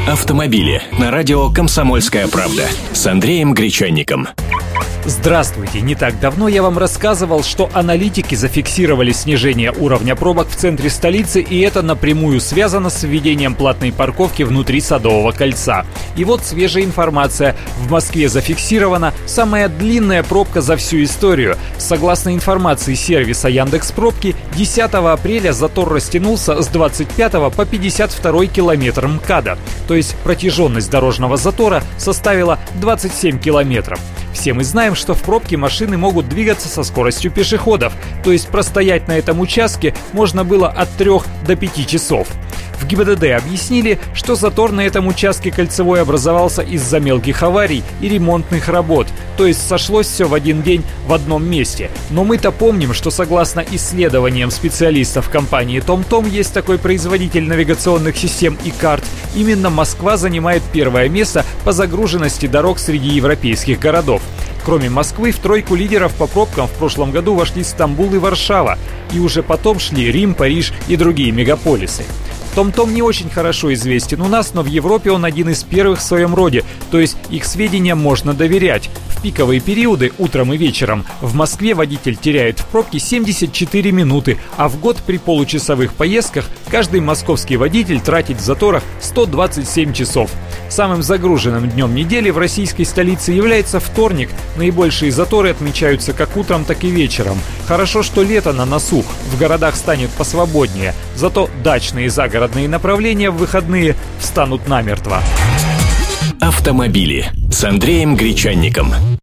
Автомобили на радио «Комсомольская правда» с Андреем Гречанником. Здравствуйте! Не так давно я вам рассказывал, что аналитики зафиксировали снижение уровня пробок в центре столицы, и это напрямую связано с введением платной парковки внутри Садового кольца. И вот свежая информация. В Москве зафиксирована самая длинная пробка за всю историю. Согласно информации сервиса Яндекс.Пробки, 10 апреля затор растянулся с 25 по 52 километр МКАДа. То есть протяженность дорожного затора составила 27 километров. Все мы знаем, что в пробке машины могут двигаться со скоростью пешеходов, то есть простоять на этом участке можно было от 3 до 5 часов. В ГИБДД объяснили, что затор на этом участке кольцевой образовался из-за мелких аварий и ремонтных работ, то есть сошлось все в один день в одном месте. Но мы-то помним, что согласно исследованиям специалистов компании TomTom, есть такой производитель навигационных систем и карт, именно Москва занимает первое место по загруженности дорог среди европейских городов. Кроме Москвы, в тройку лидеров по пробкам в прошлом году вошли Стамбул и Варшава, и уже потом шли Рим, Париж и другие мегаполисы. TomTom не очень хорошо известен у нас, но в Европе он один из первых в своем роде, то есть их сведениям можно доверять. В пиковые периоды, утром и вечером, в Москве водитель теряет в пробке 74 минуты, а в год при получасовых поездках каждый московский водитель тратит в заторах 127 часов. Самым загруженным днем недели в российской столице является вторник. Наибольшие заторы отмечаются как утром, так и вечером. Хорошо, что лето на носу, в городах станет посвободнее, зато дачные и загородные направления в выходные встанут намертво. Автомобили с Андреем Гречанником.